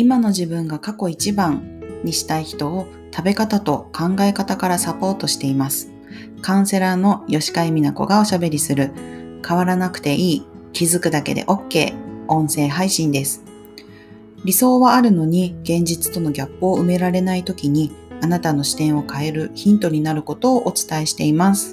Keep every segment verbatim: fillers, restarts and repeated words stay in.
今の自分が過去一番にしたい人を食べ方と考え方からサポートしています。カウンセラーの吉海美奈子がおしゃべりする変わらなくていい、気づくだけで OK 音声配信です。理想はあるのに現実とのギャップを埋められないときにあなたの視点を変えるヒントになることをお伝えしています。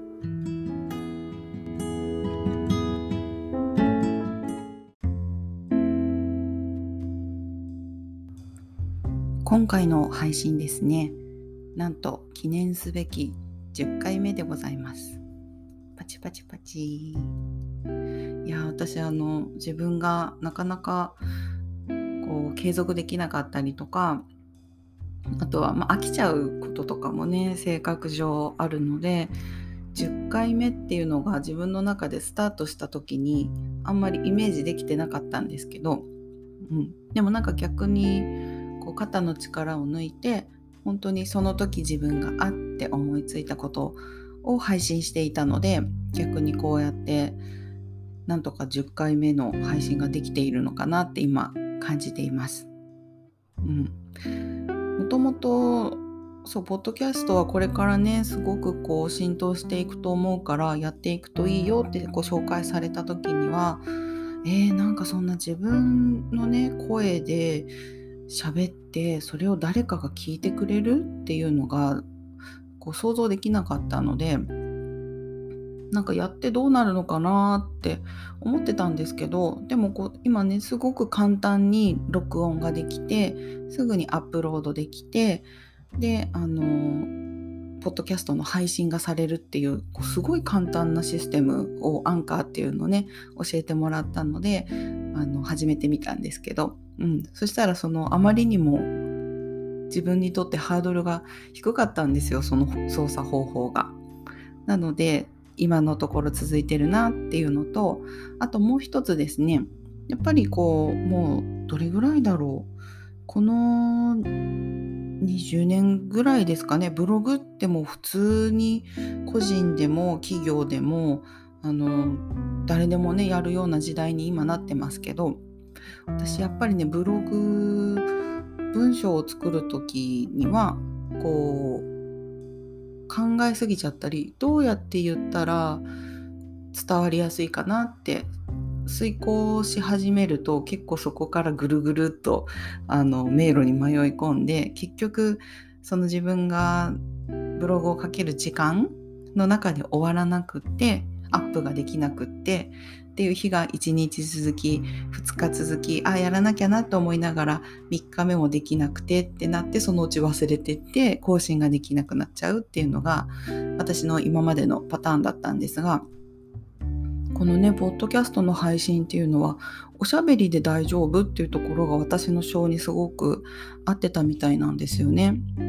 今回の配信ですね、なんと記念すべきじゅっかいめでございます。パチパチパチ。いや、私あの自分がなかなかこう継続できなかったりとか、あとは、まあ、飽きちゃうこととかもね、性格上あるので、じゅっかいめっていうのが自分の中でスタートした時にあんまりイメージできてなかったんですけど、うん、でもなんか逆にこう肩の力を抜いて、本当にその時自分があって思いついたことを配信していたので、逆にこうやってなんとかじゅっかいめの配信ができているのかなって今感じています。うん、もともとそうポッドキャストはこれからねすごくこう浸透していくと思うからやっていくといいよってご紹介された時には、えー、なんかそんな自分のね声で喋ってそれを誰かが聞いてくれるっていうのがこう想像できなかったので、なんかやってどうなるのかなって思ってたんですけど、でもこう今ねすごく簡単に録音ができてすぐにアップロードできて、であのポッドキャストの配信がされるっていうこうすごい簡単なシステムをアンカーっていうのをね教えてもらったのであの始めてみたんですけど、うん、そしたらそのあまりにも自分にとってハードルが低かったんですよ、その操作方法が。なので今のところ続いてるなっていうのと、あともう一つですね、やっぱりこうもうどれぐらいだろう、このにじゅうねんぐらいですかね、ブログってもう普通に個人でも企業でもあの誰でもねやるような時代に今なってますけど、私やっぱりねブログ文章を作る時にはこう考えすぎちゃったり、どうやって言ったら伝わりやすいかなって遂行し始めると、結構そこからぐるぐるっとあの迷路に迷い込んで、結局その自分がブログを書ける時間の中で終わらなくってアップができなくってっていう日がいちにち続きふつか続き、あやらなきゃなと思いながらみっかめもできなくてってなって、そのうち忘れてって更新ができなくなっちゃうっていうのが私の今までのパターンだったんですが、このねポッドキャストの配信っていうのはおしゃべりで大丈夫っていうところが私の性にすごく合ってたみたいなんですよね。うん、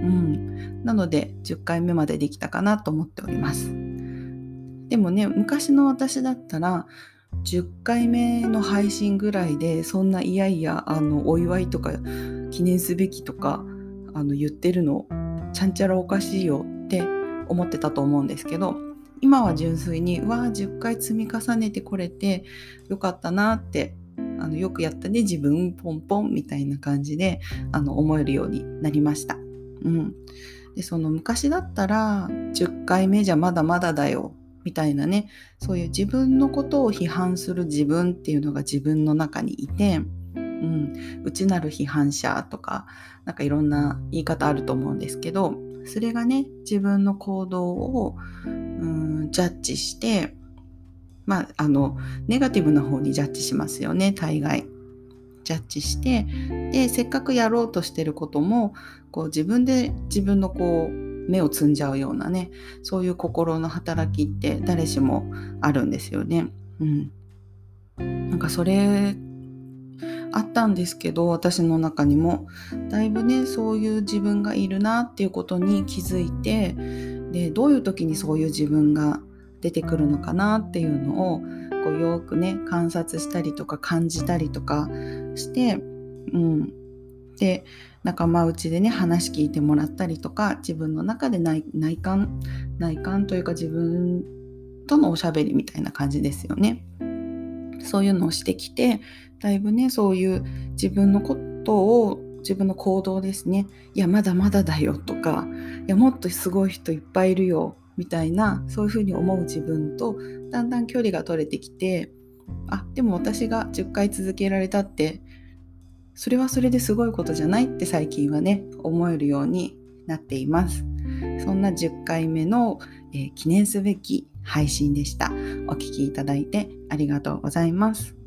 なのでじゅっかいめまでできたかなと思っております。でもね昔の私だったらじゅっかいめの配信ぐらいでそんないやいやあのお祝いとか記念すべきとかあの言ってるのちゃんちゃらおかしいよって思ってたと思うんですけど、今は純粋にわあじゅっかい積み重ねてこれてよかったなって、あのよくやったね自分ポンポンみたいな感じであの思えるようになりました。うん、でその昔だったらじゅっかいめじゃまだまだだよみたいなね、そういう自分のことを批判する自分っていうのが自分の中にいて、うん、内なる批判者とかなんかいろんな言い方あると思うんですけど、それがね自分の行動をうんジャッジして、まああのネガティブな方にジャッジしますよね、大概。ジャッジして、でせっかくやろうとしてることもこう自分で自分のこう目をつんじゃうようなね、そういう心の働きって誰しもあるんですよね。うん、なんかそれあったんですけど、私の中にもだいぶねそういう自分がいるなっていうことに気づいて、でどういう時にそういう自分が出てくるのかなっていうのをこうよくね観察したりとか感じたりとかして、うん、で仲間内でね話聞いてもらったりとか、自分の中で内、内観内観というか自分とのおしゃべりみたいな感じですよね。そういうのをしてきて、だいぶねそういう自分のこことを、自分の行動ですね、いやまだまだだよとか、いやもっとすごい人いっぱいいるよみたいな、そういうふうに思う自分とだんだん距離が取れてきて、あ、でも私がじゅっかい続けられたって、それはそれですごいことじゃないって最近はね、思えるようになっています。そんなじゅっかいめの、えー記念すべき配信でした。お聞きいただいてありがとうございます。